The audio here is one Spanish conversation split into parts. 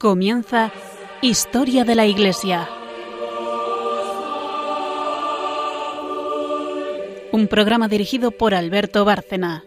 Comienza Historia de la Iglesia. Un programa dirigido por Alberto Bárcena.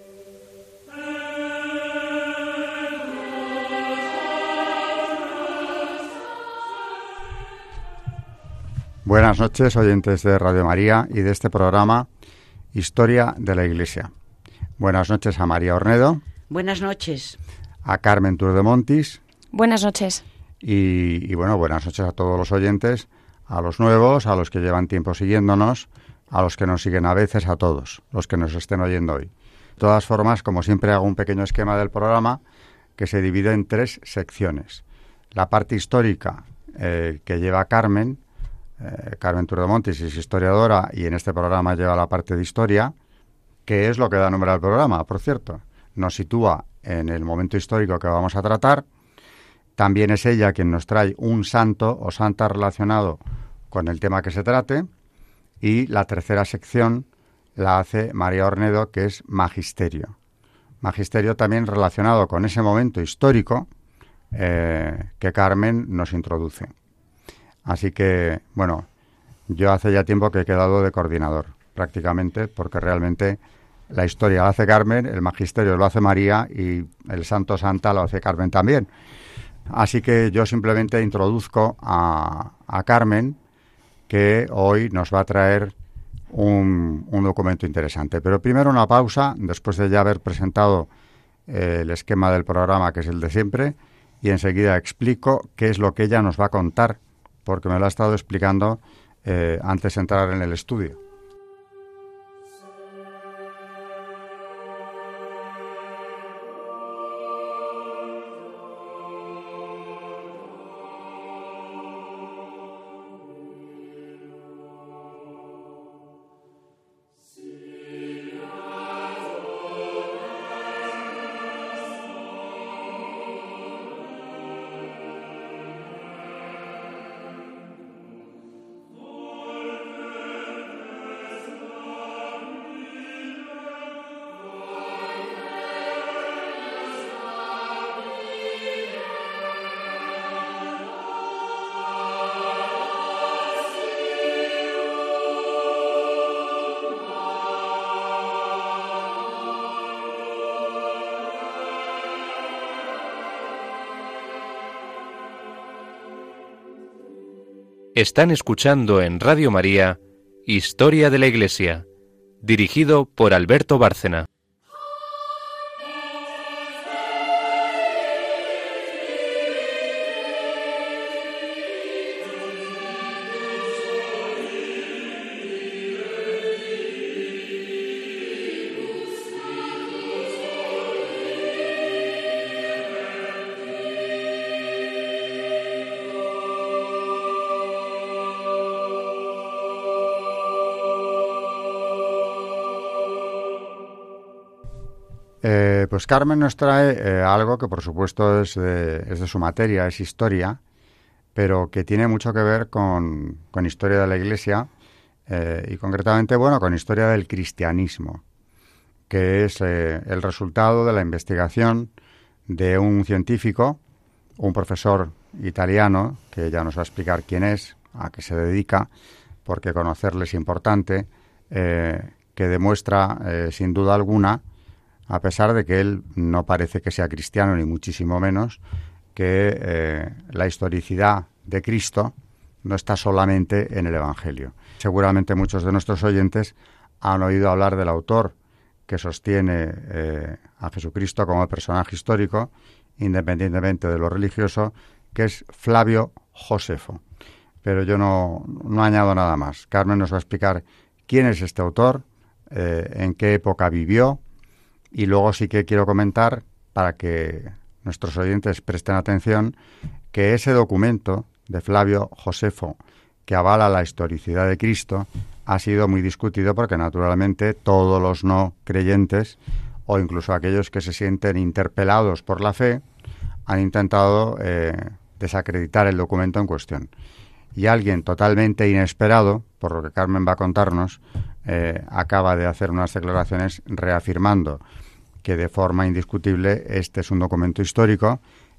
Buenas noches, oyentes de Radio María y de este programa Historia de la Iglesia. Buenas noches a María Ornedo. Buenas noches. A Carmen Turdemontis. Buenas noches. Y bueno, buenas noches a todos los oyentes, a los nuevos, a los que llevan tiempo siguiéndonos, a los que nos siguen a veces, a todos los que nos estén oyendo hoy. De todas formas, como siempre, hago un pequeño esquema del programa que se divide en 3 secciones. La parte histórica que lleva Carmen Turdemontis es historiadora y en este programa lleva la parte de historia, que es lo que da nombre al programa, por cierto. Nos sitúa en el momento histórico que vamos a tratar. También es ella quien nos trae un santo o santa relacionado con el tema que se trate. Y la tercera sección la hace María Ornedo, que es magisterio. Magisterio también relacionado con ese momento histórico que Carmen nos introduce. Así que, bueno, yo hace ya tiempo que he quedado de coordinador, prácticamente, porque realmente la historia la hace Carmen, el magisterio lo hace María y el santo o santa lo hace Carmen también. Así que yo simplemente introduzco a Carmen, que hoy nos va a traer un documento interesante. Pero primero una pausa, después de ya haber presentado el esquema del programa, que es el de siempre, y enseguida explico qué es lo que ella nos va a contar, porque me lo ha estado explicando antes de entrar en el estudio. Están escuchando en Radio María Historia de la Iglesia, dirigido por Alberto Bárcena. Pues Carmen nos trae algo que por supuesto es de su materia, es historia, pero que tiene mucho que ver con historia de la Iglesia y concretamente, bueno, con historia del cristianismo, que es el resultado de la investigación de un científico, un profesor italiano, que ya nos va a explicar quién es, a qué se dedica, porque conocerle es importante, que demuestra sin duda alguna, a pesar de que él no parece que sea cristiano, ni muchísimo menos, que la historicidad de Cristo no está solamente en el Evangelio. Seguramente muchos de nuestros oyentes han oído hablar del autor que sostiene a Jesucristo como personaje histórico, independientemente de lo religioso, que es Flavio Josefo. Pero yo no añado nada más. Carmen nos va a explicar quién es este autor, en qué época vivió. Y luego sí que quiero comentar, para que nuestros oyentes presten atención, que ese documento de Flavio Josefo, que avala la historicidad de Cristo, ha sido muy discutido porque naturalmente todos los no creyentes, o incluso aquellos que se sienten interpelados por la fe, han intentado desacreditar el documento en cuestión. Y alguien totalmente inesperado, por lo que Carmen va a contarnos, acaba de hacer unas declaraciones reafirmando que de forma indiscutible este es un documento histórico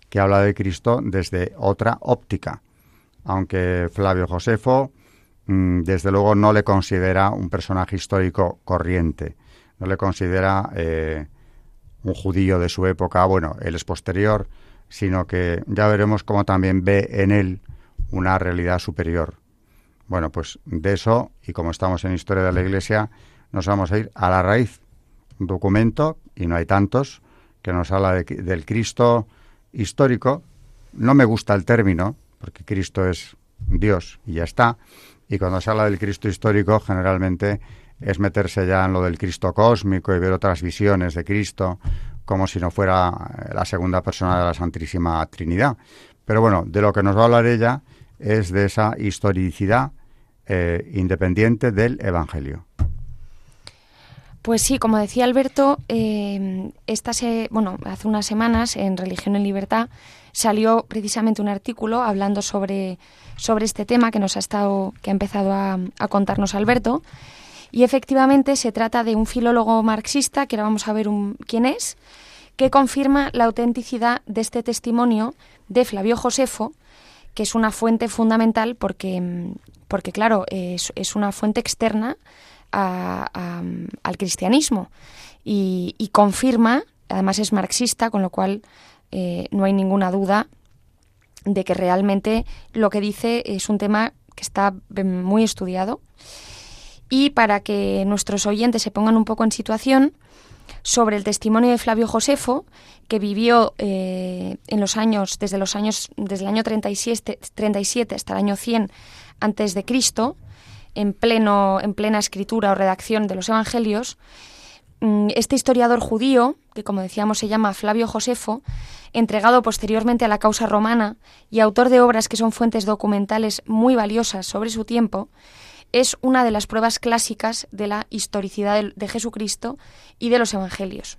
que habla de Cristo desde otra óptica, aunque Flavio Josefo desde luego no le considera un personaje histórico corriente, no le considera un judío de su época, bueno, él es posterior, sino que ya veremos cómo también ve en él una realidad superior. Bueno, pues de eso, y como estamos en Historia de la Iglesia, nos vamos a ir a la raíz, un documento, y no hay tantos, que nos habla del Cristo histórico. No me gusta el término, porque Cristo es Dios y ya está, y cuando se habla del Cristo histórico, generalmente es meterse ya en lo del Cristo cósmico y ver otras visiones de Cristo, como si no fuera la segunda persona de la Santísima Trinidad. Pero bueno, de lo que nos va a hablar ella es de esa historicidad independiente del Evangelio. Pues sí, como decía Alberto, hace unas semanas en Religión en Libertad salió precisamente un artículo hablando sobre este tema que ha empezado a contarnos Alberto, y efectivamente se trata de un filólogo marxista, que ahora vamos a ver quién es, que confirma la autenticidad de este testimonio de Flavio Josefo, que es una fuente fundamental porque claro, es una fuente externa al cristianismo y confirma, además es marxista, con lo cual no hay ninguna duda de que realmente lo que dice es un tema que está muy estudiado. Y para que nuestros oyentes se pongan un poco en situación, sobre el testimonio de Flavio Josefo, que vivió desde el año 37 hasta el año 100 antes de Cristo, en plena escritura o redacción de los Evangelios. Este historiador judío, que como decíamos se llama Flavio Josefo, entregado posteriormente a la causa romana y autor de obras que son fuentes documentales muy valiosas sobre su tiempo, es una de las pruebas clásicas de la historicidad de Jesucristo y de los Evangelios.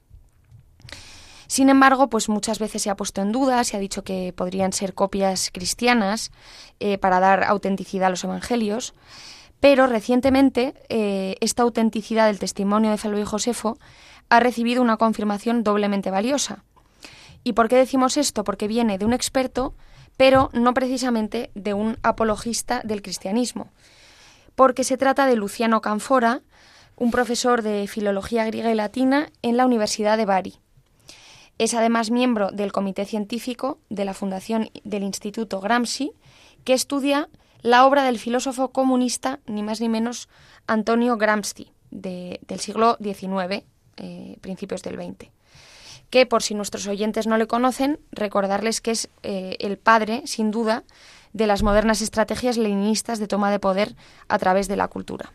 Sin embargo, pues muchas veces se ha puesto en duda, se ha dicho que podrían ser copias cristianas para dar autenticidad a los Evangelios, pero recientemente esta autenticidad del testimonio de Flavio Josefo ha recibido una confirmación doblemente valiosa. ¿Y por qué decimos esto? Porque viene de un experto, pero no precisamente de un apologista del cristianismo, porque se trata de Luciano Canfora, un profesor de filología griega y latina en la Universidad de Bari. Es además miembro del comité científico de la Fundación del Instituto Gramsci, que estudia la obra del filósofo comunista, ni más ni menos, Antonio Gramsci, del siglo XIX, principios del XX. Que, por si nuestros oyentes no le conocen, recordarles que es el padre, sin duda, de las modernas estrategias leninistas de toma de poder a través de la cultura.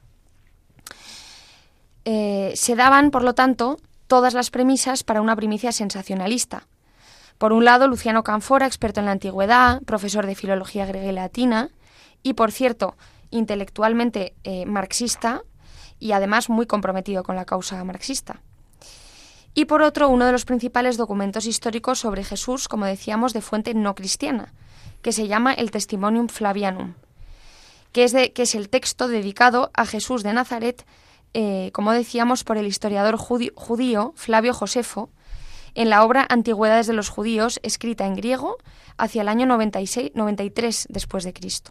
Se daban, por lo tanto, todas las premisas para una primicia sensacionalista. Por un lado, Luciano Canfora, experto en la antigüedad, profesor de filología griega y latina, y, por cierto, intelectualmente marxista y además muy comprometido con la causa marxista. Y por otro, uno de los principales documentos históricos sobre Jesús, como decíamos, de fuente no cristiana, que se llama el Testimonium Flavianum, que es el texto dedicado a Jesús de Nazaret, como decíamos, por el historiador judío Flavio Josefo, en la obra Antigüedades de los Judíos, escrita en griego hacia el año 93 después de Cristo.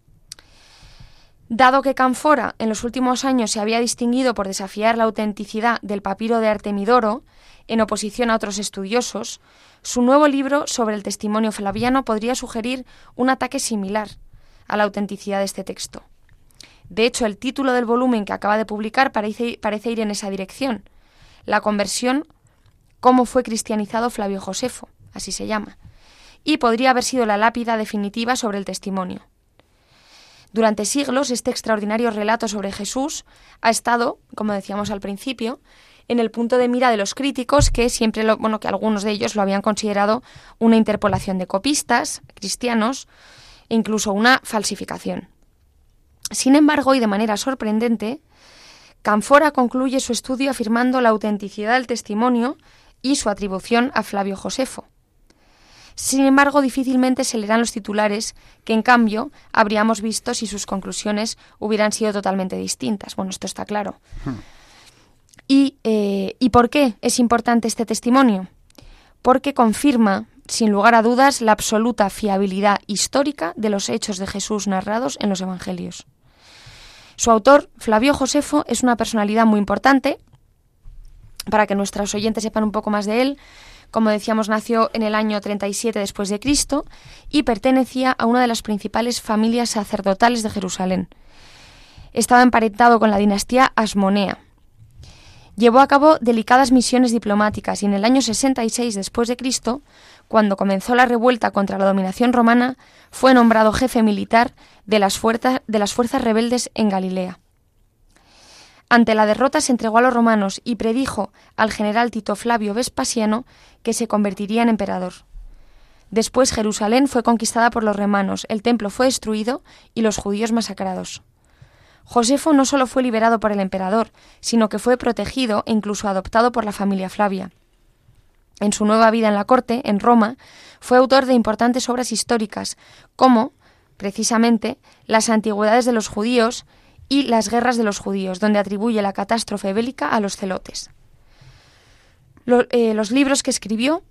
Dado que Canfora en los últimos años se había distinguido por desafiar la autenticidad del papiro de Artemidoro, en oposición a otros estudiosos, su nuevo libro sobre el testimonio flaviano podría sugerir un ataque similar a la autenticidad de este texto. De hecho, el título del volumen que acaba de publicar parece ir en esa dirección: La conversión, cómo fue cristianizado Flavio Josefo, así se llama, y podría haber sido la lápida definitiva sobre el testimonio. Durante siglos, este extraordinario relato sobre Jesús ha estado, como decíamos al principio, en el punto de mira de los críticos, que que algunos de ellos lo habían considerado una interpolación de copistas cristianos e incluso una falsificación. Sin embargo, y de manera sorprendente, Canfora concluye su estudio afirmando la autenticidad del testimonio y su atribución a Flavio Josefo. Sin embargo, difícilmente se leerán los titulares que, en cambio, habríamos visto si sus conclusiones hubieran sido totalmente distintas. Bueno, esto está claro. ¿Y por qué es importante este testimonio? porque confirma, sin lugar a dudas, la absoluta fiabilidad histórica de los hechos de Jesús narrados en los Evangelios. Su autor, Flavio Josefo, es una personalidad muy importante. Para que nuestros oyentes sepan un poco más de él, como decíamos, nació en el año 37 después de Cristo y pertenecía a una de las principales familias sacerdotales de Jerusalén. Estaba emparentado con la dinastía Asmonea. Llevó a cabo delicadas misiones diplomáticas y en el año 66 después de Cristo, cuando comenzó la revuelta contra la dominación romana, fue nombrado jefe militar de las fuerzas rebeldes en Galilea. Ante la derrota se entregó a los romanos y predijo al general Tito Flavio Vespasiano que se convertiría en emperador. Después Jerusalén fue conquistada por los romanos, el templo fue destruido y los judíos masacrados. Josefo no solo fue liberado por el emperador, sino que fue protegido e incluso adoptado por la familia Flavia. En su nueva vida en la corte, en Roma, fue autor de importantes obras históricas, como, precisamente, Las antigüedades de los judíos y Las guerras de los judíos, donde atribuye la catástrofe bélica a los celotes. Los libros que escribió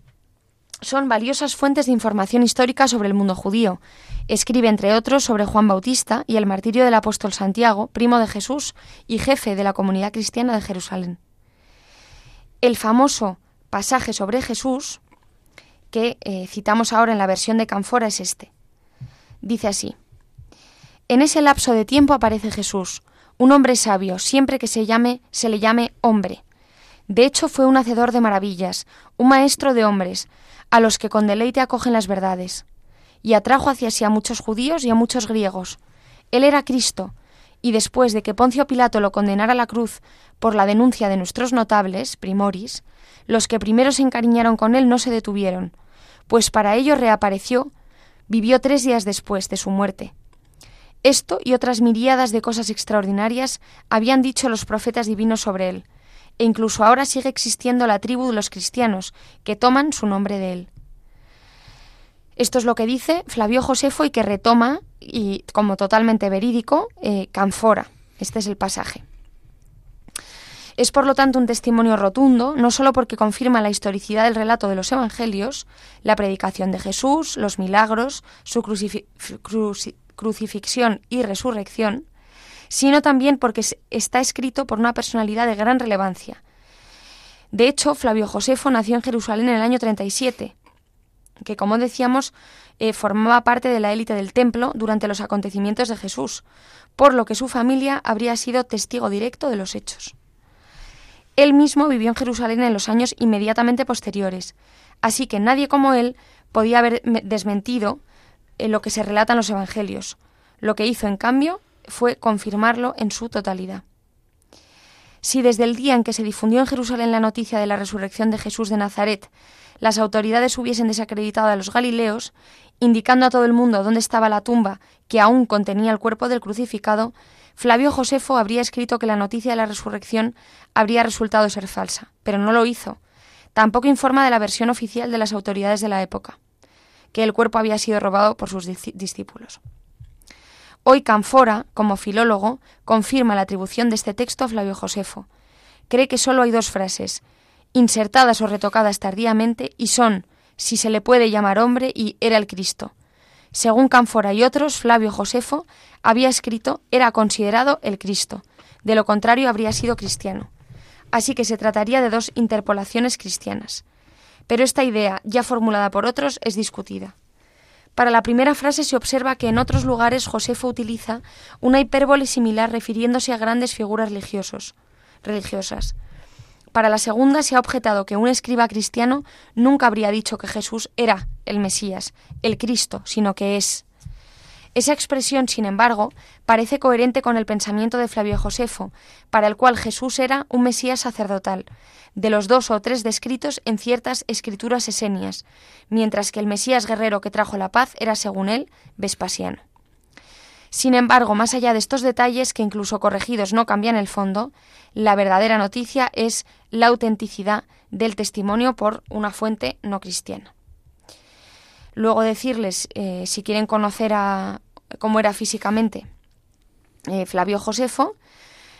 son valiosas fuentes de información histórica sobre el mundo judío. Escribe, entre otros, sobre Juan Bautista y el martirio del apóstol Santiago, primo de Jesús y jefe de la comunidad cristiana de Jerusalén. El famoso pasaje sobre Jesús, que citamos ahora en la versión de Canfora, es este. Dice así: En ese lapso de tiempo aparece Jesús, un hombre sabio, siempre que se le llame hombre. De hecho, fue un hacedor de maravillas, un maestro de hombres, a los que con deleite acogen las verdades. Y atrajo hacia sí a muchos judíos y a muchos griegos. Él era Cristo, y después de que Poncio Pilato lo condenara a la cruz por la denuncia de nuestros notables, primoris, los que primero se encariñaron con él no se detuvieron, pues para ello reapareció, vivió 3 días después de su muerte. Esto y otras miríadas de cosas extraordinarias habían dicho los profetas divinos sobre él, e incluso ahora sigue existiendo la tribu de los cristianos, que toman su nombre de él. Esto es lo que dice Flavio Josefo y que retoma, y como totalmente verídico, Canfora. Este es el pasaje. Es por lo tanto un testimonio rotundo, no solo porque confirma la historicidad del relato de los Evangelios, la predicación de Jesús, los milagros, su crucifixión y resurrección, sino también porque está escrito por una personalidad de gran relevancia. De hecho, Flavio Josefo nació en Jerusalén en el año 37, que, como decíamos, formaba parte de la élite del templo durante los acontecimientos de Jesús, por lo que su familia habría sido testigo directo de los hechos. Él mismo vivió en Jerusalén en los años inmediatamente posteriores, así que nadie como él podía haber desmentido lo que se relata en los Evangelios. Lo que hizo, en cambio, fue confirmarlo en su totalidad. Si desde el día en que se difundió en Jerusalén la noticia de la resurrección de Jesús de Nazaret, las autoridades hubiesen desacreditado a los galileos, indicando a todo el mundo dónde estaba la tumba que aún contenía el cuerpo del crucificado, Flavio Josefo habría escrito que la noticia de la resurrección habría resultado ser falsa, pero no lo hizo. Tampoco informa de la versión oficial de las autoridades de la época, que el cuerpo había sido robado por sus discípulos. Hoy Canfora, como filólogo, confirma la atribución de este texto a Flavio Josefo. Cree que solo hay 2 frases, insertadas o retocadas tardíamente, y son, si se le puede llamar hombre, y era el Cristo. Según Canfora y otros, Flavio Josefo había escrito era considerado el Cristo, de lo contrario habría sido cristiano. Así que se trataría de 2 interpolaciones cristianas. Pero esta idea, ya formulada por otros, es discutida. Para la primera frase se observa que en otros lugares Josefo utiliza una hipérbole similar refiriéndose a grandes figuras religiosas. Para la segunda se ha objetado que un escriba cristiano nunca habría dicho que Jesús era el Mesías, el Cristo, sino que es. Esa expresión, sin embargo, parece coherente con el pensamiento de Flavio Josefo, para el cual Jesús era un Mesías sacerdotal, de los 2 o 3 descritos en ciertas escrituras esenias, mientras que el Mesías guerrero que trajo la paz era, según él, Vespasiano. Sin embargo, más allá de estos detalles, que incluso corregidos no cambian el fondo, la verdadera noticia es la autenticidad del testimonio por una fuente no cristiana. Luego decirles, si quieren conocer cómo era físicamente Flavio Josefo,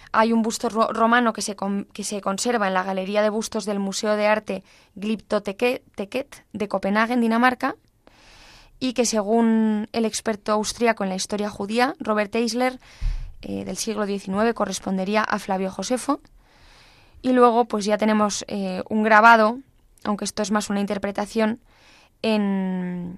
Hay un busto romano que se conserva en la Galería de Bustos del Museo de Arte Glyptoteket de Copenhague, en Dinamarca, y que, según el experto austríaco en la historia judía, Robert Eisler, del siglo XIX, correspondería a Flavio Josefo. Y luego pues ya tenemos un grabado, aunque esto es más una interpretación, de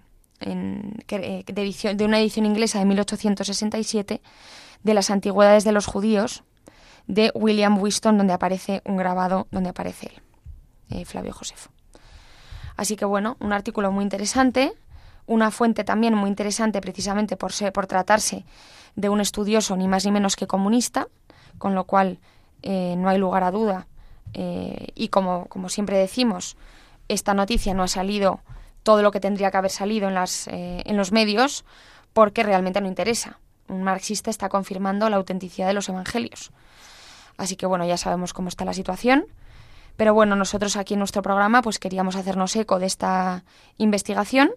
una edición inglesa de 1867 de las Antigüedades de los Judíos, de William Whiston, donde aparece un grabado donde aparece él, Flavio Josefo. Así que bueno, un artículo muy interesante, una fuente también muy interesante precisamente por tratarse de un estudioso ni más ni menos que comunista, con lo cual no hay lugar a duda, y como siempre decimos, esta noticia no ha salido todo lo que tendría que haber salido en los medios, porque realmente no interesa. Un marxista está confirmando la autenticidad de los evangelios. Así que bueno, ya sabemos cómo está la situación. Pero bueno, nosotros aquí en nuestro programa pues queríamos hacernos eco de esta investigación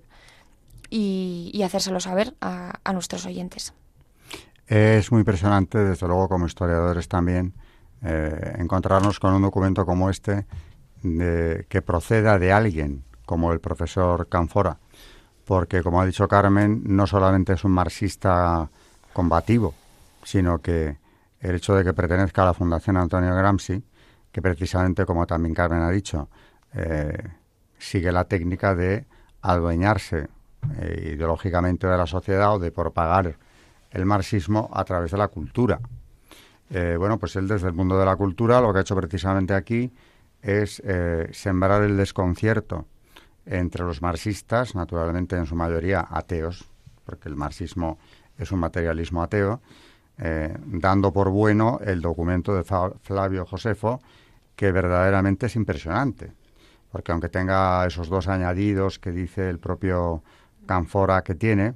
y hacérselo saber a nuestros oyentes. Es muy impresionante, desde luego, como historiadores también, encontrarnos con un documento como este que proceda de alguien como el profesor Canfora, porque, como ha dicho Carmen, no solamente es un marxista combativo, sino que el hecho de que pertenezca a la Fundación Antonio Gramsci, que precisamente, como también Carmen ha dicho, sigue la técnica de adueñarse ideológicamente de la sociedad o de propagar el marxismo a través de la cultura. Bueno, pues él, desde el mundo de la cultura, lo que ha hecho precisamente aquí es sembrar el desconcierto entre los marxistas, naturalmente en su mayoría ateos, porque el marxismo es un materialismo ateo, dando por bueno el documento de Flavio Josefo, que verdaderamente es impresionante, porque aunque tenga esos dos añadidos que dice el propio Canfora que tiene,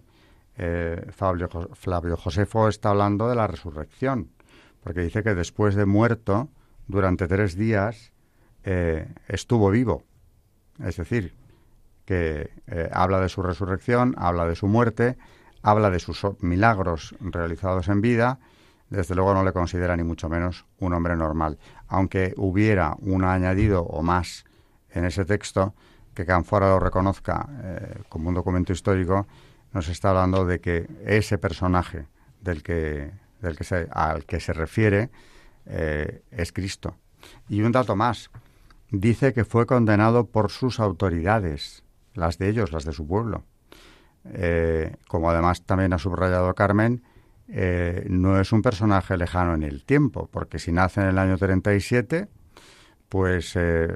Flavio Josefo está hablando de la resurrección, porque dice que después de muerto, durante 3 días, estuvo vivo. Es decir, que habla de su resurrección, habla de su muerte, habla de sus milagros realizados en vida. Desde luego no le considera ni mucho menos un hombre normal. Aunque hubiera un añadido o más en ese texto, que Canfora lo reconozca como un documento histórico, nos está hablando de que ese personaje al que se refiere es Cristo. Y un dato más, dice que fue condenado por sus autoridades, las de ellos, las de su pueblo. Como además también ha subrayado Carmen, no es un personaje lejano en el tiempo, porque si nace en el año 37, pues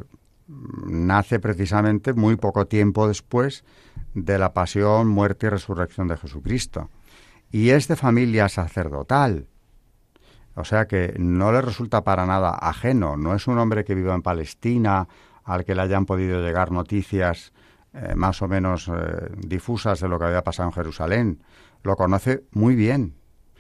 nace precisamente muy poco tiempo después de la pasión, muerte y resurrección de Jesucristo. Y es de familia sacerdotal, o sea que no le resulta para nada ajeno. No es un hombre que viva en Palestina, al que le hayan podido llegar noticias más o menos difusas de lo que había pasado en Jerusalén. Lo conoce muy bien.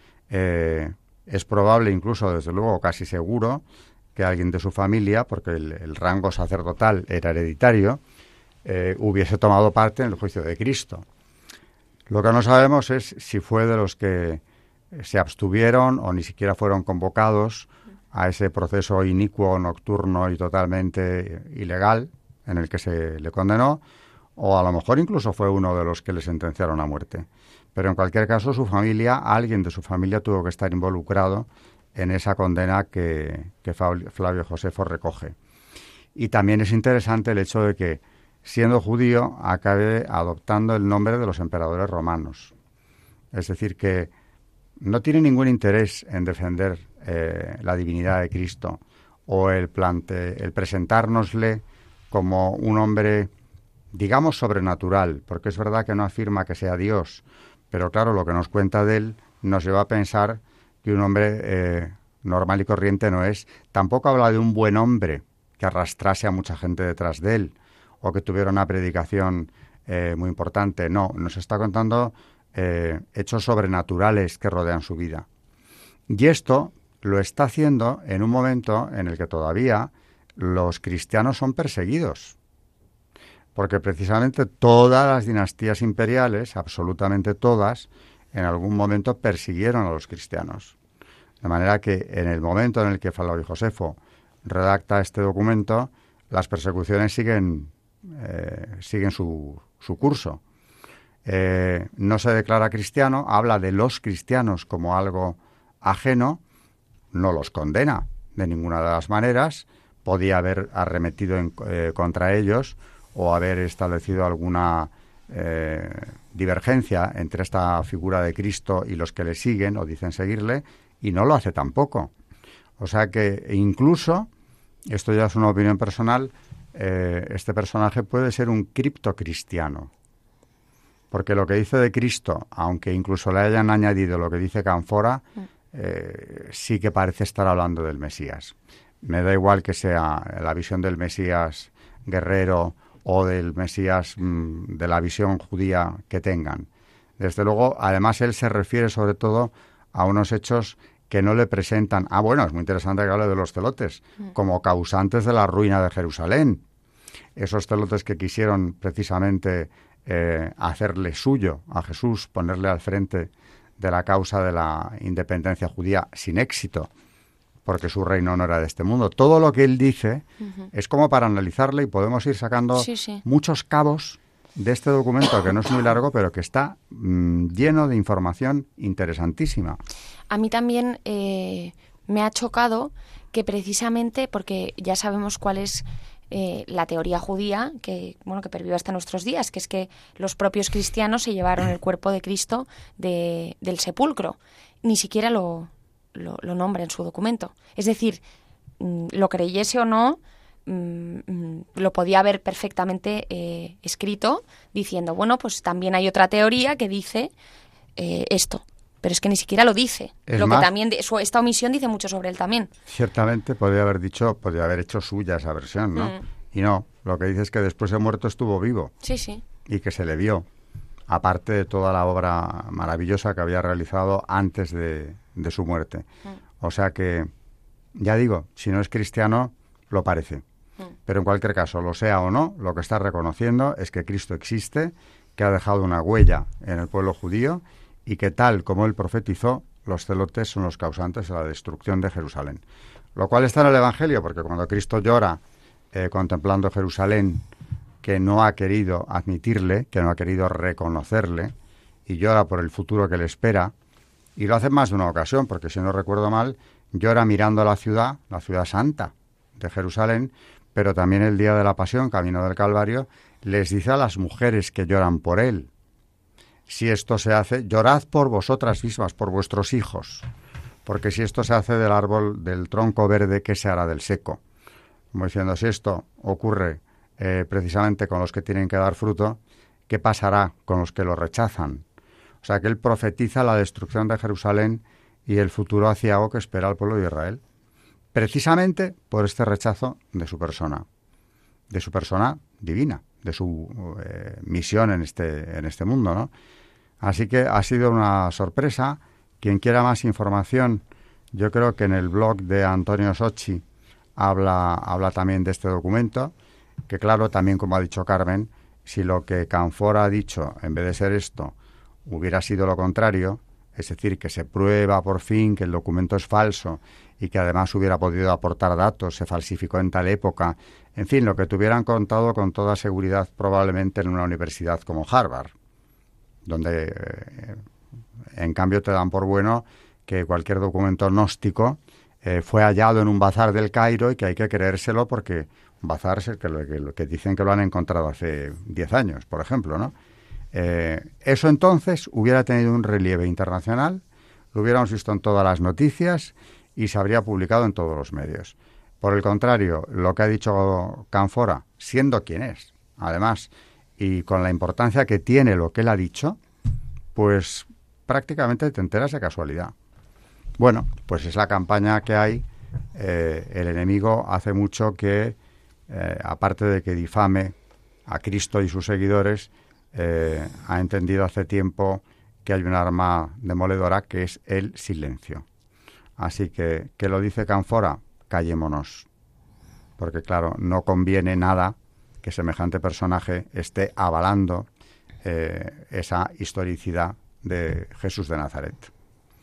Es probable, incluso, desde luego, casi seguro, que alguien de su familia, porque el rango sacerdotal era hereditario, hubiese tomado parte en el juicio de Cristo. Lo que no sabemos es si fue de los que se abstuvieron o ni siquiera fueron convocados a ese proceso inicuo, nocturno y totalmente ilegal en el que se le condenó, o a lo mejor incluso fue uno de los que le sentenciaron a muerte. Pero en cualquier caso, su familia, alguien de su familia tuvo que estar involucrado en esa condena que Flavio Josefo recoge. Y también es interesante el hecho de que, siendo judío, acabe adoptando el nombre de los emperadores romanos. Es decir, que no tiene ningún interés en defender la divinidad de Cristo o el presentárnosle como un hombre, digamos, sobrenatural, porque es verdad que no afirma que sea Dios, pero claro, lo que nos cuenta de él nos lleva a pensar que un hombre normal y corriente no es. Tampoco habla de un buen hombre que arrastrase a mucha gente detrás de él o que tuviera una predicación muy importante. No, nos está contando hechos sobrenaturales que rodean su vida. Y esto lo está haciendo en un momento en el que todavía los cristianos son perseguidos. Porque precisamente todas las dinastías imperiales, absolutamente todas, en algún momento persiguieron a los cristianos. De manera que en el momento en el que Flavio Josefo redacta este documento, las persecuciones siguen su curso. No se declara cristiano, habla de los cristianos como algo ajeno, no los condena de ninguna de las maneras, podía haber arremetido contra ellos o haber establecido alguna divergencia entre esta figura de Cristo y los que le siguen o dicen seguirle, y no lo hace tampoco. O sea que incluso, esto ya es una opinión personal, este personaje puede ser un criptocristiano, porque lo que dice de Cristo, aunque incluso le hayan añadido lo que dice Canfora, sí que parece estar hablando del Mesías. Me da igual que sea la visión del Mesías guerrero o del Mesías de la visión judía que tengan. Desde luego, además, él se refiere sobre todo a unos hechos que no le presentan... bueno, es muy interesante que hable de los celotes, como causantes de la ruina de Jerusalén. Esos celotes que quisieron precisamente hacerle suyo a Jesús, ponerle al frente de la causa de la independencia judía sin éxito, porque su reino no era de este mundo. Todo lo que él dice es como para analizarle y podemos ir sacando muchos cabos de este documento, que no es muy largo, pero que está lleno de información interesantísima. A mí también me ha chocado que precisamente, porque ya sabemos cuál es la teoría judía que pervive hasta nuestros días, que es que los propios cristianos se llevaron el cuerpo de Cristo del sepulcro. Ni siquiera lo nombra en su documento. Es decir, lo creyese o no, lo podía haber perfectamente escrito diciendo, bueno, pues también hay otra teoría que dice esto. Pero es que ni siquiera lo dice. Lo que también esta omisión dice mucho sobre él también. Ciertamente podría haber hecho suya esa versión, ¿no? Y no, lo que dice es que después de muerto estuvo vivo. Sí, sí. Y que se le vio, aparte de toda la obra maravillosa que había realizado antes de su muerte. O sea que, ya digo, si no es cristiano, lo parece. Pero en cualquier caso, lo sea o no, lo que está reconociendo es que Cristo existe, que ha dejado una huella en el pueblo judío y que, tal como él profetizó, los celotes son los causantes de la destrucción de Jerusalén. Lo cual está en el Evangelio, porque cuando Cristo llora contemplando Jerusalén, que no ha querido admitirle, que no ha querido reconocerle, y llora por el futuro que le espera, y lo hace en más de una ocasión, porque si no recuerdo mal, llora mirando la ciudad santa de Jerusalén, pero también el día de la Pasión, camino del Calvario, les dice a las mujeres que lloran por él: si esto se hace, llorad por vosotras mismas, por vuestros hijos, porque si esto se hace del árbol, del tronco verde, ¿qué se hará del seco? Como diciendo, si esto ocurre precisamente con los que tienen que dar fruto, ¿qué pasará con los que lo rechazan? O sea que él profetiza la destrucción de Jerusalén y el futuro aciago que espera al pueblo de Israel, precisamente por este rechazo de su persona divina, de su misión en este mundo, ¿no? Así que ha sido una sorpresa. Quien quiera más información, yo creo que en el blog de Antonio Socci habla también de este documento, que claro, también como ha dicho Carmen, si lo que Canfora ha dicho, en vez de ser esto, hubiera sido lo contrario, es decir, que se prueba por fin que el documento es falso y que además hubiera podido aportar datos, se falsificó en tal época, en fin, lo que te hubieran contado con toda seguridad probablemente en una universidad como Harvard, donde en cambio te dan por bueno que cualquier documento gnóstico fue hallado en un bazar del Cairo y que hay que creérselo porque un bazar es el que dicen que lo han encontrado hace 10 años, por ejemplo, ¿no? Eso entonces hubiera tenido un relieve internacional, lo hubiéramos visto en todas las noticias y se habría publicado en todos los medios. Por el contrario, lo que ha dicho Canfora, siendo quien es, además, y con la importancia que tiene lo que él ha dicho, pues prácticamente te enteras de casualidad. Bueno, pues es la campaña que hay. El enemigo hace mucho que, aparte de que difame a Cristo y sus seguidores, ha entendido hace tiempo que hay un arma demoledora que es el silencio. Así que lo dice Canfora, callémonos. Porque claro, no conviene nada que semejante personaje esté avalando esa historicidad de Jesús de Nazaret.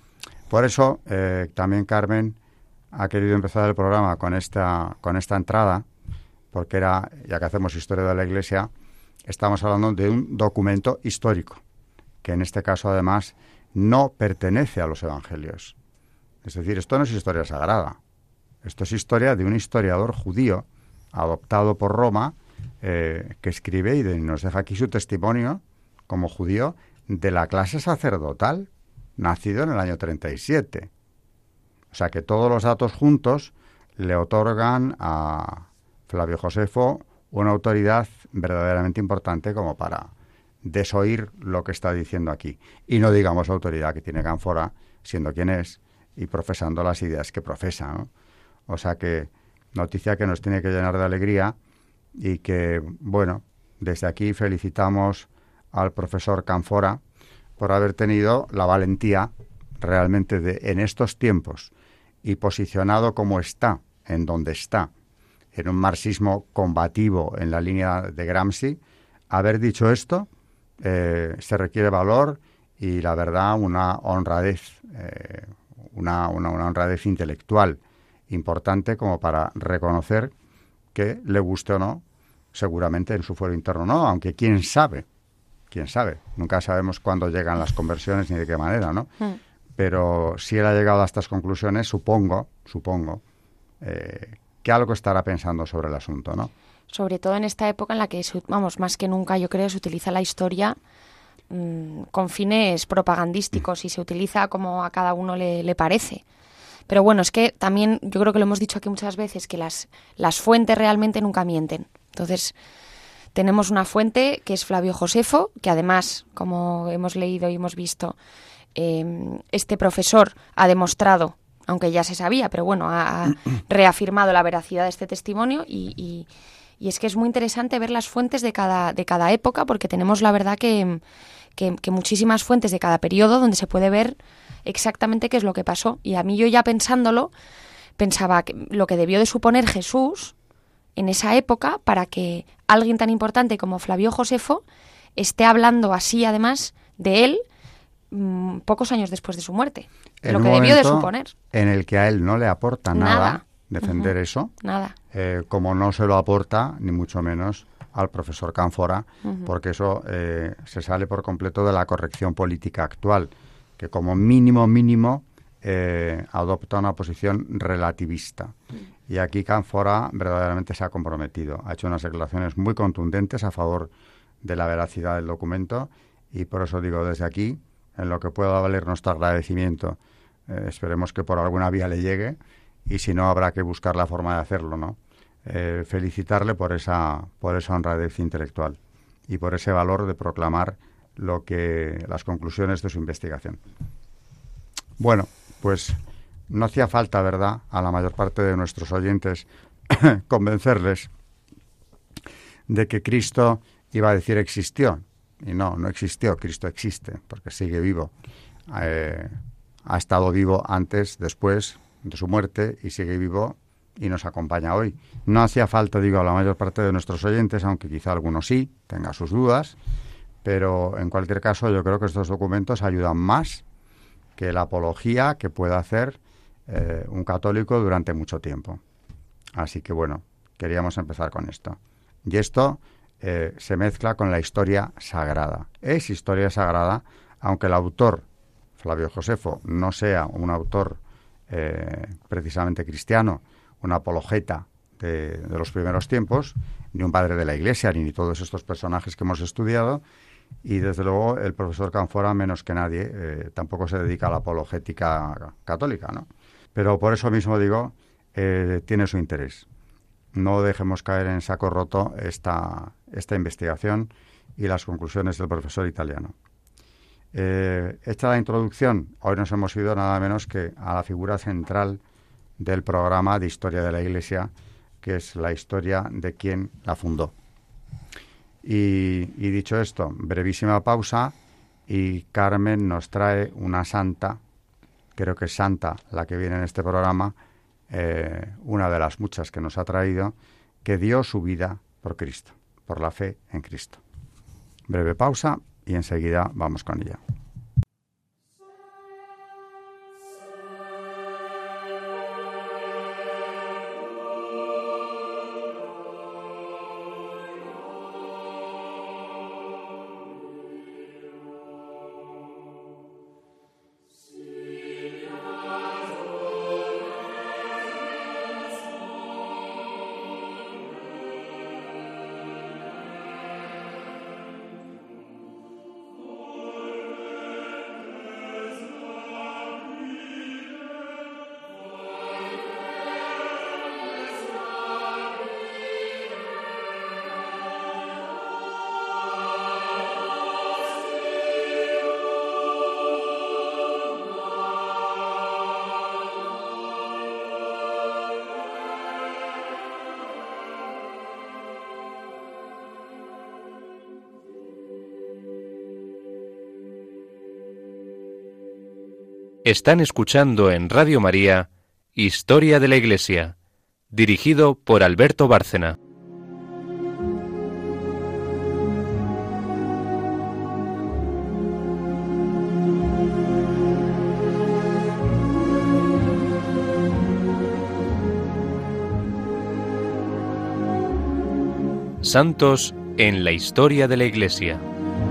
Por eso, también Carmen ha querido empezar el programa con esta entrada, porque ya que hacemos historia de la Iglesia, estamos hablando de un documento histórico, que en este caso, además, no pertenece a los Evangelios. Es decir, esto no es historia sagrada. Esto es historia de un historiador judío adoptado por Roma, que escribe y nos deja aquí su testimonio como judío de la clase sacerdotal, nacido en el año 37. O sea que todos los datos juntos le otorgan a Flavio Josefo una autoridad verdaderamente importante como para desoír lo que está diciendo aquí. Y no digamos la autoridad que tiene Canfora, siendo quien es, y profesando las ideas que profesa, ¿no? O sea que noticia que nos tiene que llenar de alegría y que, bueno, desde aquí felicitamos al profesor Canfora por haber tenido la valentía realmente de, en estos tiempos, y posicionado como está, en donde está, en un marxismo combativo en la línea de Gramsci, haber dicho esto, se requiere valor y, la verdad, una honradez, una honradez intelectual importante como para reconocer que, le guste o no, seguramente en su fuero interno no, aunque quién sabe, nunca sabemos cuándo llegan las conversiones ni de qué manera, ¿no? Pero si él ha llegado a estas conclusiones, supongo que algo estará pensando sobre el asunto, ¿no? Sobre todo en esta época en la que, más que nunca, yo creo, se utiliza la historia con fines propagandísticos y se utiliza como a cada uno le parece. Pero bueno, es que también, yo creo que lo hemos dicho aquí muchas veces, que las fuentes realmente nunca mienten. Entonces, tenemos una fuente que es Flavio Josefo, que además, como hemos leído y hemos visto, este profesor ha demostrado, aunque ya se sabía, pero bueno, ha reafirmado la veracidad de este testimonio y es que es muy interesante ver las fuentes de cada época, porque tenemos, la verdad, que muchísimas fuentes de cada periodo donde se puede ver exactamente qué es lo que pasó. Y a mí, yo ya pensándolo, pensaba que lo que debió de suponer Jesús en esa época para que alguien tan importante como Flavio Josefo esté hablando así, además, de él pocos años después de su muerte. Lo que debió de suponer. En el que a él no le aporta nada defender eso. Nada. Como no se lo aporta, ni mucho menos, al profesor Canfora, porque eso se sale por completo de la corrección política actual, que como mínimo adopta una posición relativista. Y aquí Canfora verdaderamente se ha comprometido. Ha hecho unas declaraciones muy contundentes a favor de la veracidad del documento y por eso digo desde aquí, en lo que pueda valer nuestro agradecimiento, esperemos que por alguna vía le llegue y si no habrá que buscar la forma de hacerlo, ¿no? Felicitarle por esa honradez intelectual y por ese valor de proclamar las conclusiones de su investigación. Bueno, pues no hacía falta, ¿verdad?, a la mayor parte de nuestros oyentes convencerles de que Cristo, iba a decir, existió. Y no existió, Cristo existe, porque sigue vivo. Ha estado vivo antes, después de su muerte, y sigue vivo y nos acompaña hoy. No hacía falta, digo, a la mayor parte de nuestros oyentes, aunque quizá algunos sí, tenga sus dudas, pero en cualquier caso yo creo que estos documentos ayudan más que la apología que pueda hacer un católico durante mucho tiempo. Así que bueno, queríamos empezar con esto. Y esto se mezcla con la historia sagrada. Es historia sagrada, aunque el autor, Flavio Josefo, no sea un autor precisamente cristiano, un apologeta de los primeros tiempos, ni un padre de la Iglesia, ni todos estos personajes que hemos estudiado, y desde luego el profesor Canfora, menos que nadie, tampoco se dedica a la apologética católica, ¿no? Pero por eso mismo digo, tiene su interés. No dejemos caer en saco roto esta investigación y las conclusiones del profesor italiano. Hecha la introducción, hoy nos hemos ido nada menos que a la figura central del programa de Historia de la Iglesia, que es la historia de quien la fundó. Y dicho esto, brevísima pausa y Carmen nos trae una santa, creo que es santa la que viene en este programa, una de las muchas que nos ha traído, que dio su vida por Cristo, por la fe en Cristo. Breve pausa y enseguida vamos con ella. Están escuchando en Radio María Historia de la Iglesia, dirigido por Alberto Bárcena. Santos en la historia de la Iglesia.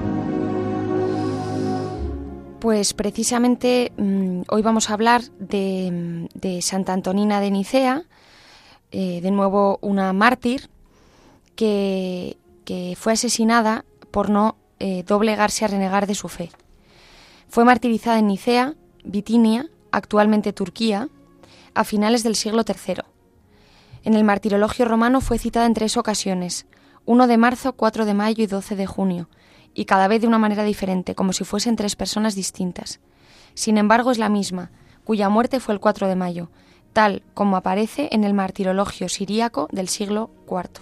Pues precisamente hoy vamos a hablar de Santa Antonina de Nicea, de nuevo una mártir que fue asesinada por no doblegarse a renegar de su fe. Fue martirizada en Nicea, Bitinia, actualmente Turquía, a finales del siglo III. En el martirologio romano fue citada en 3 ocasiones, 1 de marzo, 4 de mayo y 12 de junio, y cada vez de una manera diferente, como si fuesen 3 personas distintas. Sin embargo, es la misma, cuya muerte fue el 4 de mayo, tal como aparece en el martirologio siríaco del siglo IV.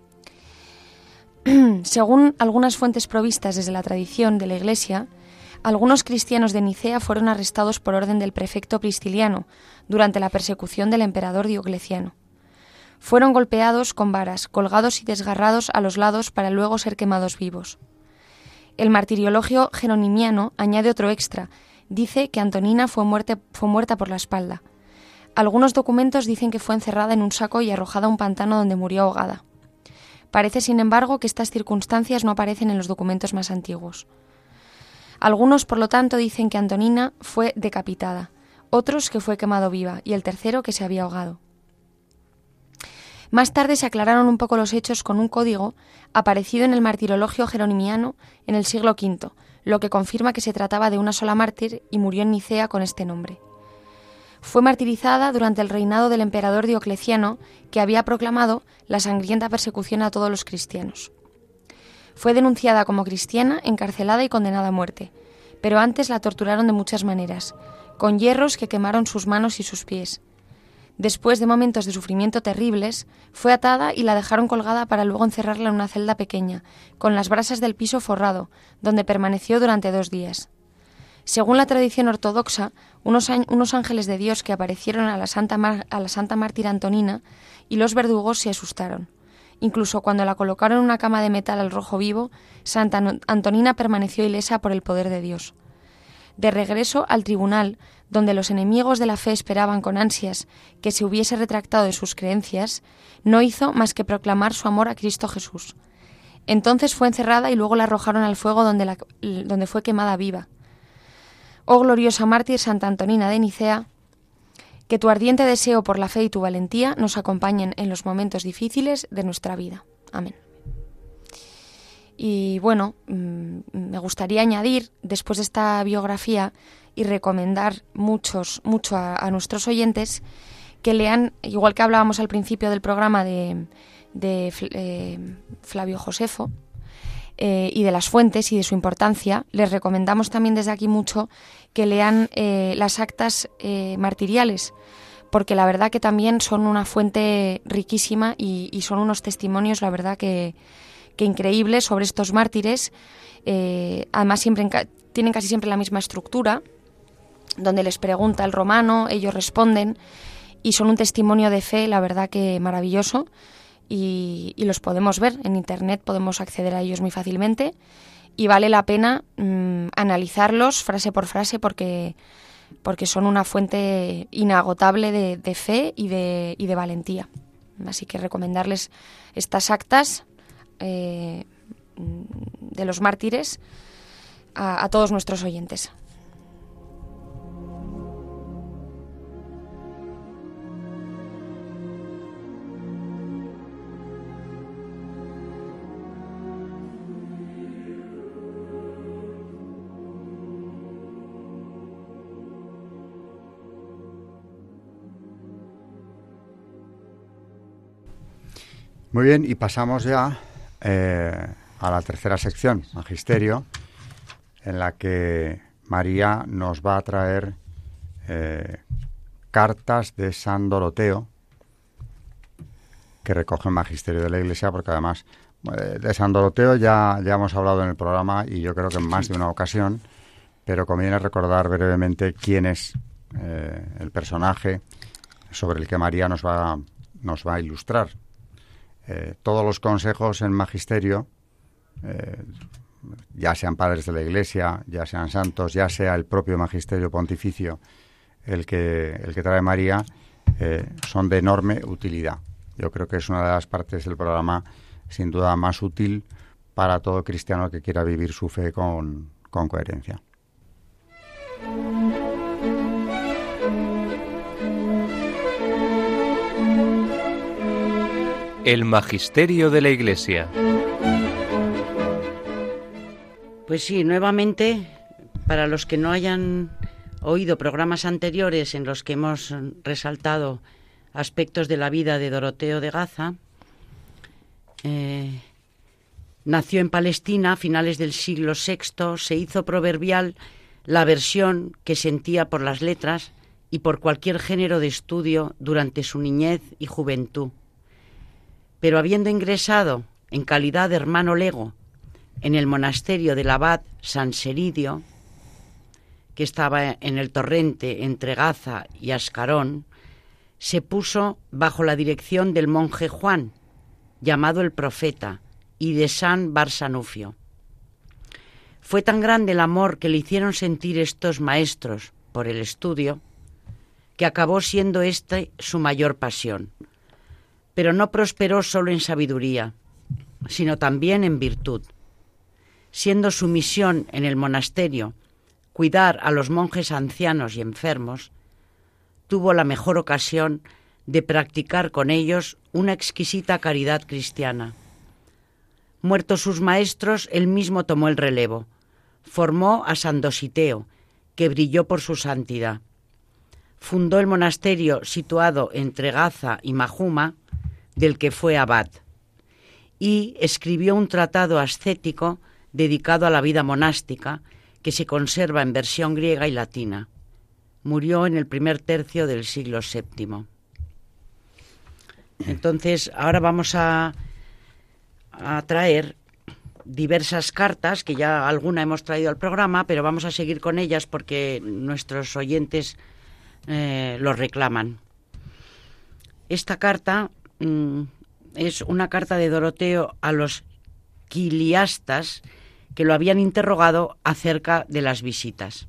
Según algunas fuentes provistas desde la tradición de la Iglesia, algunos cristianos de Nicea fueron arrestados por orden del prefecto Prisciliano durante la persecución del emperador Diocleciano. Fueron golpeados con varas, colgados y desgarrados a los lados para luego ser quemados vivos. El martiriologio jeronimiano añade otro extra. Dice que Antonina fue muerta por la espalda. Algunos documentos dicen que fue encerrada en un saco y arrojada a un pantano donde murió ahogada. Parece, sin embargo, que estas circunstancias no aparecen en los documentos más antiguos. Algunos, por lo tanto, dicen que Antonina fue decapitada, otros que fue quemado viva y el tercero que se había ahogado. Más tarde se aclararon un poco los hechos con un código aparecido en el martirologio jeronimiano en el siglo V, lo que confirma que se trataba de una sola mártir y murió en Nicea con este nombre. Fue martirizada durante el reinado del emperador Diocleciano, que había proclamado la sangrienta persecución a todos los cristianos. Fue denunciada como cristiana, encarcelada y condenada a muerte, pero antes la torturaron de muchas maneras, con hierros que quemaron sus manos y sus pies. Después de momentos de sufrimiento terribles, fue atada y la dejaron colgada para luego encerrarla en una celda pequeña, con las brasas del piso forrado, donde permaneció durante 2 días. Según la tradición ortodoxa, unos ángeles de Dios que aparecieron a la santa mártir Antonina y los verdugos se asustaron. Incluso cuando la colocaron en una cama de metal al rojo vivo, Santa Antonina permaneció ilesa por el poder de Dios. De regreso al tribunal, donde los enemigos de la fe esperaban con ansias que se hubiese retractado de sus creencias, no hizo más que proclamar su amor a Cristo Jesús. Entonces fue encerrada y luego la arrojaron al fuego donde fue quemada viva. Oh gloriosa mártir Santa Antonina de Nicea, que tu ardiente deseo por la fe y tu valentía nos acompañen en los momentos difíciles de nuestra vida. Amén. Y bueno, me gustaría añadir, después de esta biografía, y recomendar mucho a nuestros oyentes que lean, igual que hablábamos al principio del programa de Flavio Josefo, y de las fuentes y de su importancia, les recomendamos también desde aquí mucho que lean las actas martiriales, porque la verdad que también son una fuente riquísima y son unos testimonios, la verdad que increíbles sobre estos mártires. Además tienen casi siempre la misma estructura, donde les pregunta el romano, ellos responden, y son un testimonio de fe, la verdad que maravilloso, y los podemos ver en internet, podemos acceder a ellos muy fácilmente, y vale la pena analizarlos frase por frase porque son una fuente inagotable de fe y de valentía. Así que recomendarles estas actas de los mártires a todos nuestros oyentes. Muy bien, y pasamos ya a la tercera sección, Magisterio, en la que María nos va a traer cartas de San Doroteo, que recogen Magisterio de la Iglesia, porque además de San Doroteo ya hemos hablado en el programa, y yo creo que en más de una ocasión, pero conviene recordar brevemente quién es el personaje sobre el que María nos va a ilustrar. Todos los consejos en magisterio, ya sean padres de la Iglesia, ya sean santos, ya sea el propio magisterio pontificio el que trae María, son de enorme utilidad. Yo creo que es una de las partes del programa sin duda más útil para todo cristiano que quiera vivir su fe con coherencia. El magisterio de la Iglesia. Pues sí, nuevamente, para los que no hayan oído programas anteriores en los que hemos resaltado aspectos de la vida de Doroteo de Gaza, nació en Palestina a finales del siglo VI, se hizo proverbial la aversión que sentía por las letras y por cualquier género de estudio durante su niñez y juventud. Pero habiendo ingresado en calidad de hermano lego en el monasterio del abad San Seridio, que estaba en el torrente entre Gaza y Ascarón, se puso bajo la dirección del monje Juan, llamado el Profeta, y de San Barsanufio. Fue tan grande el amor que le hicieron sentir estos maestros por el estudio, que acabó siendo este su mayor pasión. Pero no prosperó solo en sabiduría, sino también en virtud. Siendo su misión en el monasterio cuidar a los monjes ancianos y enfermos, tuvo la mejor ocasión de practicar con ellos una exquisita caridad cristiana. Muertos sus maestros, él mismo tomó el relevo. Formó a San Dositeo, que brilló por su santidad. Fundó el monasterio situado entre Gaza y Majuma, del que fue abad, y escribió un tratado ascético dedicado a la vida monástica, que se conserva en versión griega y latina. Murió en el primer tercio del siglo VII. Entonces, ahora vamos a traer diversas cartas, que ya alguna hemos traído al programa, pero vamos a seguir con ellas porque nuestros oyentes lo reclaman. Esta carta es una carta de Doroteo a los quiliastas que lo habían interrogado acerca de las visitas.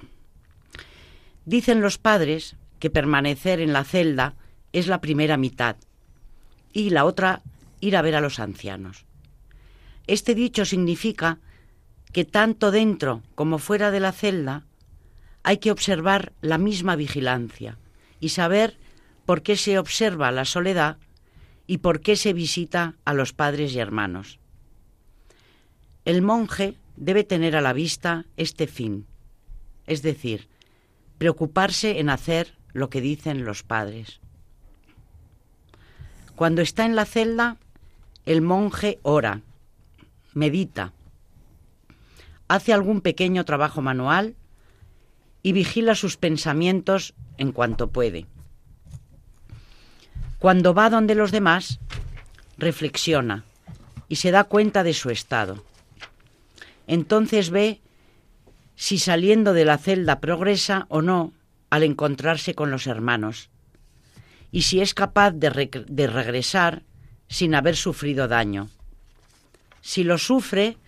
Dicen los padres que permanecer en la celda es la primera mitad y la otra ir a ver a los ancianos. Este dicho significa que tanto dentro como fuera de la celda hay que observar la misma vigilancia y saber por qué se observa la soledad y por qué se visita a los padres y hermanos. El monje debe tener a la vista este fin, es decir, preocuparse en hacer lo que dicen los padres. Cuando está en la celda, el monje ora, medita, hace algún pequeño trabajo manual y vigila sus pensamientos en cuanto puede. Cuando va donde los demás, reflexiona y se da cuenta de su estado. Entonces ve si saliendo de la celda progresa o no al encontrarse con los hermanos, y si es capaz de regresar sin haber sufrido daño. Si lo sufre,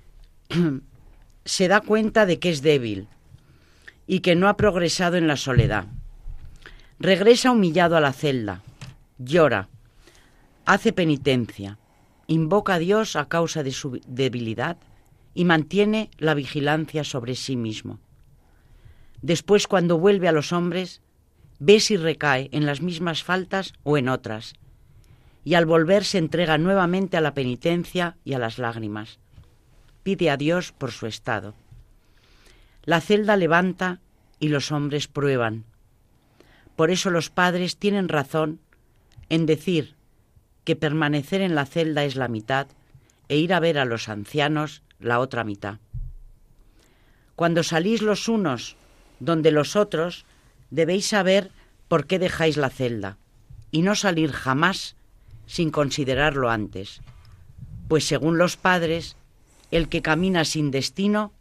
se da cuenta de que es débil y que no ha progresado en la soledad. Regresa humillado a la celda, llora, hace penitencia, invoca a Dios a causa de su debilidad y mantiene la vigilancia sobre sí mismo. Después, cuando vuelve a los hombres, ve si recae en las mismas faltas o en otras, y al volver se entrega nuevamente a la penitencia y a las lágrimas. Pide a Dios por su estado. La celda levanta y los hombres prueban. Por eso los padres tienen razón en decir que permanecer en la celda es la mitad e ir a ver a los ancianos la otra mitad. Cuando salís los unos donde los otros, debéis saber por qué dejáis la celda y no salir jamás sin considerarlo antes, pues según los padres, el que camina sin destino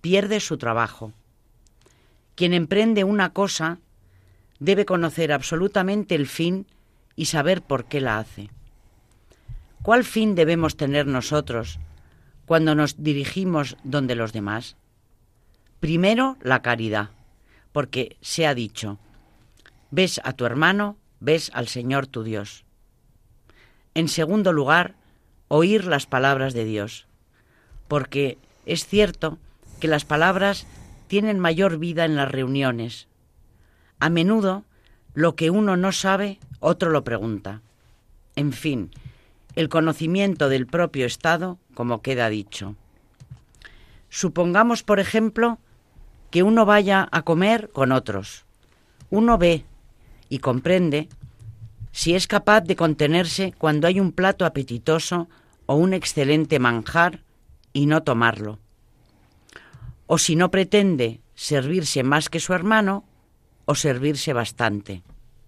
pierde su trabajo. Quien emprende una cosa debe conocer absolutamente el fin y saber por qué la hace. ¿Cuál fin debemos tener nosotros cuando nos dirigimos donde los demás? Primero, la caridad, porque se ha dicho, ves a tu hermano, ves al Señor tu Dios. En segundo lugar, oír las palabras de Dios, porque es cierto que las palabras tienen mayor vida en las reuniones. A menudo, lo que uno no sabe, otro lo pregunta. En fin, el conocimiento del propio estado, como queda dicho. Supongamos, por ejemplo, que uno vaya a comer con otros. Uno ve y comprende si es capaz de contenerse cuando hay un plato apetitoso o un excelente manjar y no tomarlo. O si no pretende servirse más que su hermano o servirse bastante.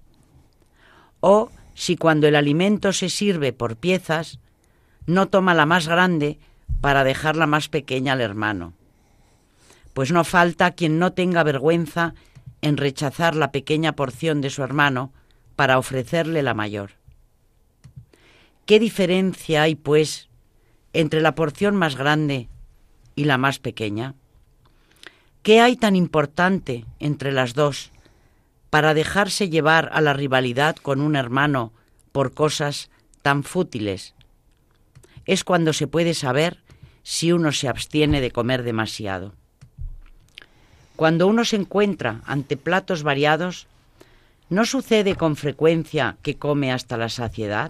O si cuando el alimento se sirve por piezas, no toma la más grande para dejar la más pequeña al hermano. Pues no falta quien no tenga vergüenza en rechazar la pequeña porción de su hermano para ofrecerle la mayor. ¿Qué diferencia hay, pues, entre la porción más grande y la más pequeña? ¿Qué hay tan importante entre las dos para dejarse llevar a la rivalidad con un hermano por cosas tan fútiles? Es cuando se puede saber si uno se abstiene de comer demasiado. Cuando uno se encuentra ante platos variados, ¿no sucede con frecuencia que come hasta la saciedad?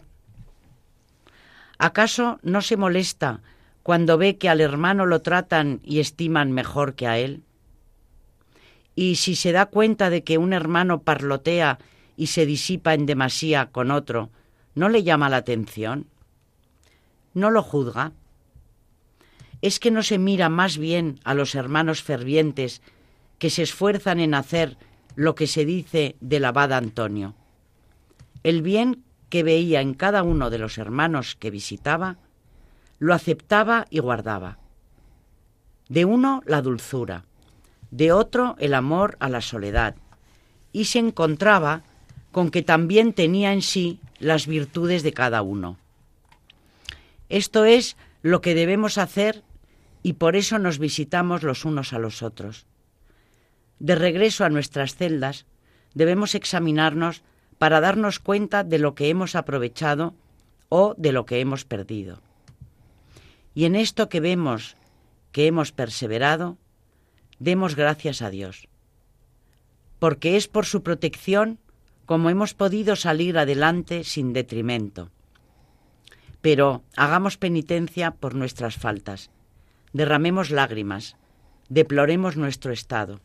¿Acaso no se molesta cuando ve que al hermano lo tratan y estiman mejor que a él? Y si se da cuenta de que un hermano parlotea y se disipa en demasía con otro, ¿no le llama la atención? ¿No lo juzga? ¿Es que no se mira más bien a los hermanos fervientes que se esfuerzan en hacer lo que se dice del abad Antonio? El bien que veía en cada uno de los hermanos que visitaba, lo aceptaba y guardaba. De uno la dulzura, de otro el amor a la soledad, y se encontraba con que también tenía en sí las virtudes de cada uno. Esto es lo que debemos hacer y por eso nos visitamos los unos a los otros. De regreso a nuestras celdas, debemos examinarnos para darnos cuenta de lo que hemos aprovechado o de lo que hemos perdido. Y en esto que vemos que hemos perseverado, demos gracias a Dios, porque es por su protección como hemos podido salir adelante sin detrimento. Pero hagamos penitencia por nuestras faltas, derramemos lágrimas, deploremos nuestro estado.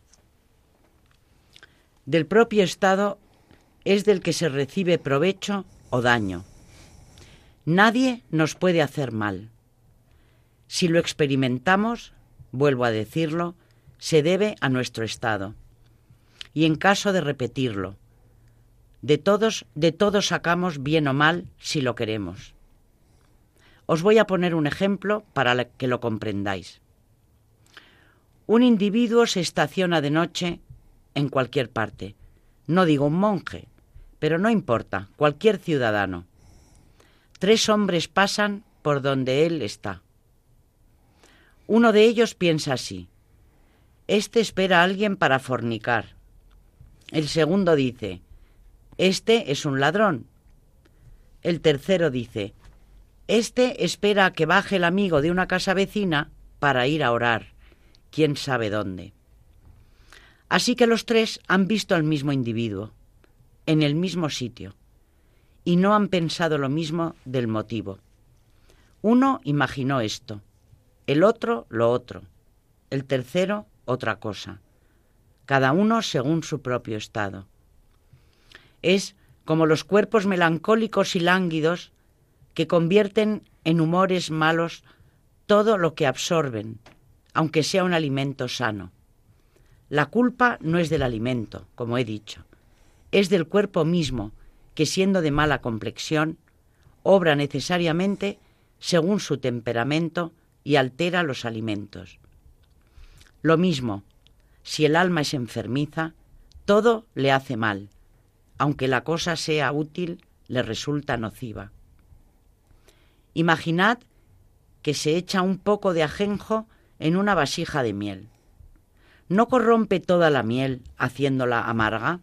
Del propio estado es del que se recibe provecho o daño. Nadie nos puede hacer mal. Si lo experimentamos, vuelvo a decirlo, se debe a nuestro estado. Y en caso de repetirlo, de todos sacamos bien o mal si lo queremos. Os voy a poner un ejemplo para que lo comprendáis. Un individuo se estaciona de noche en cualquier parte. No digo un monje, pero no importa, cualquier ciudadano. 3 hombres pasan por donde él está. Uno de ellos piensa así: este espera a alguien para fornicar. El segundo dice: este es un ladrón. El tercero dice: este espera a que baje el amigo de una casa vecina para ir a orar, quién sabe dónde. Así que los 3 han visto al mismo individuo, en el mismo sitio, y no han pensado lo mismo del motivo. Uno imaginó esto, el otro lo otro, el tercero otra cosa, cada uno según su propio estado. Es como los cuerpos melancólicos y lánguidos que convierten en humores malos todo lo que absorben, aunque sea un alimento sano. La culpa no es del alimento, como he dicho, es del cuerpo mismo, que siendo de mala complexión, obra necesariamente según su temperamento y altera los alimentos. Lo mismo, si el alma es enfermiza, todo le hace mal, aunque la cosa sea útil, le resulta nociva. Imaginad que se echa un poco de ajenjo en una vasija de miel. ¿No corrompe toda la miel haciéndola amarga?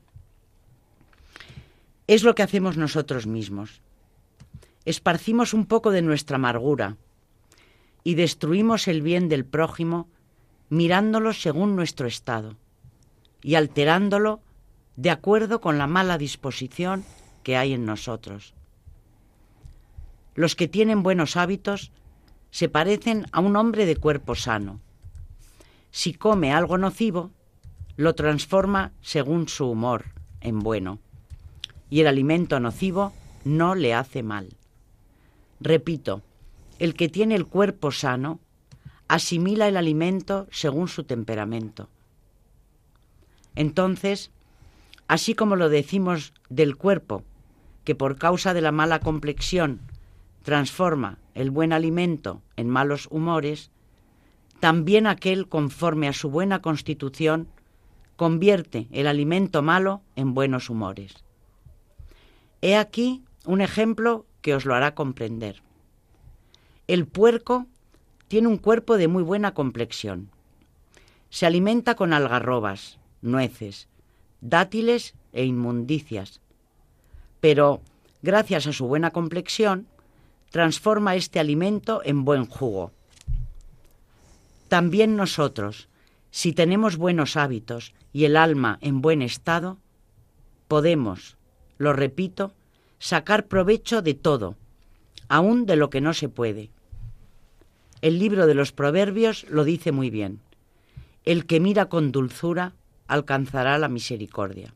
Es lo que hacemos nosotros mismos. Esparcimos un poco de nuestra amargura y destruimos el bien del prójimo mirándolo según nuestro estado y alterándolo de acuerdo con la mala disposición que hay en nosotros. Los que tienen buenos hábitos se parecen a un hombre de cuerpo sano. Si come algo nocivo, lo transforma según su humor en bueno, y el alimento nocivo no le hace mal. Repito, el que tiene el cuerpo sano asimila el alimento según su temperamento. Entonces, así como lo decimos del cuerpo, que por causa de la mala complexión transforma el buen alimento en malos humores, también aquel, conforme a su buena constitución, convierte el alimento malo en buenos humores. He aquí un ejemplo que os lo hará comprender. El puerco tiene un cuerpo de muy buena complexión. Se alimenta con algarrobas, nueces, dátiles e inmundicias, pero, gracias a su buena complexión, transforma este alimento en buen jugo. También nosotros, si tenemos buenos hábitos y el alma en buen estado, podemos, lo repito, sacar provecho de todo, aun de lo que no se puede. El libro de los Proverbios lo dice muy bien. El que mira con dulzura alcanzará la misericordia.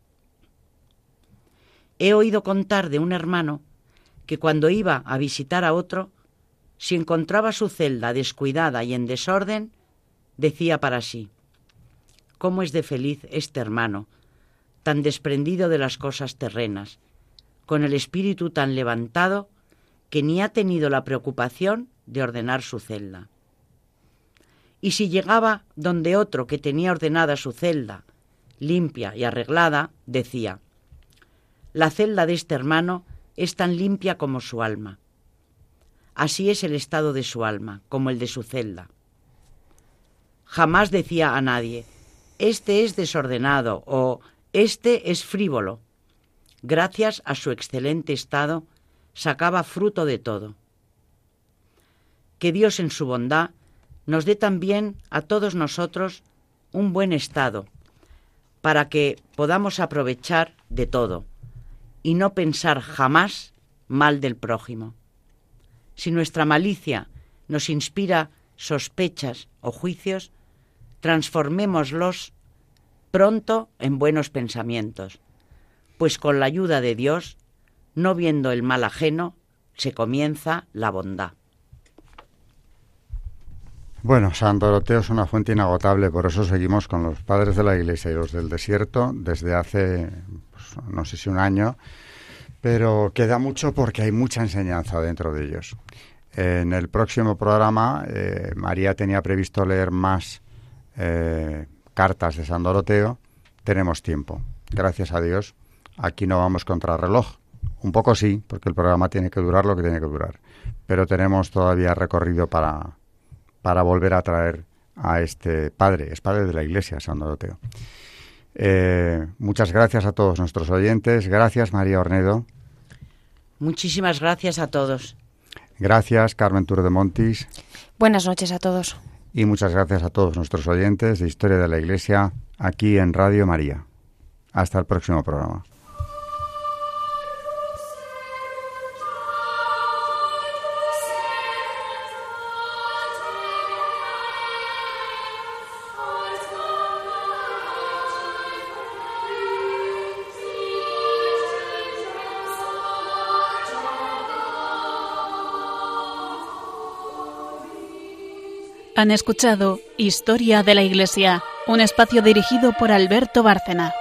He oído contar de un hermano que cuando iba a visitar a otro, si encontraba su celda descuidada y en desorden, decía para sí: ¿cómo es de feliz este hermano, tan desprendido de las cosas terrenas, con el espíritu tan levantado que ni ha tenido la preocupación de ordenar su celda? Y si llegaba donde otro que tenía ordenada su celda, limpia y arreglada, decía: la celda de este hermano es tan limpia como su alma. Así es el estado de su alma, como el de su celda. Jamás decía a nadie: este es desordenado o este es frívolo. Gracias a su excelente estado, sacaba fruto de todo. Que Dios en su bondad nos dé también a todos nosotros un buen estado, para que podamos aprovechar de todo y no pensar jamás mal del prójimo. Si nuestra malicia nos inspira sospechas o juicios, transformémoslos pronto en buenos pensamientos, pues con la ayuda de Dios, no viendo el mal ajeno, se comienza la bondad. Bueno, San Doroteo es una fuente inagotable, por eso seguimos con los padres de la Iglesia y los del desierto desde hace, pues, no sé si un año, pero queda mucho porque hay mucha enseñanza dentro de ellos. En el próximo programa, María tenía previsto leer más cartas de San Doroteo. Tenemos tiempo, gracias a Dios. Aquí no vamos contra reloj. Un poco sí, porque el programa tiene que durar lo que tiene que durar, pero tenemos todavía recorrido para volver a traer a este padre. Es padre de la Iglesia, San Doroteo. Muchas gracias a todos nuestros oyentes. Gracias, María Ornedo. Muchísimas gracias a todos. Gracias, Carmen Tour de Montis. Buenas noches a todos. Y muchas gracias a todos nuestros oyentes de Historia de la Iglesia aquí en Radio María. Hasta el próximo programa. Han escuchado Historia de la Iglesia, un espacio dirigido por Alberto Bárcena.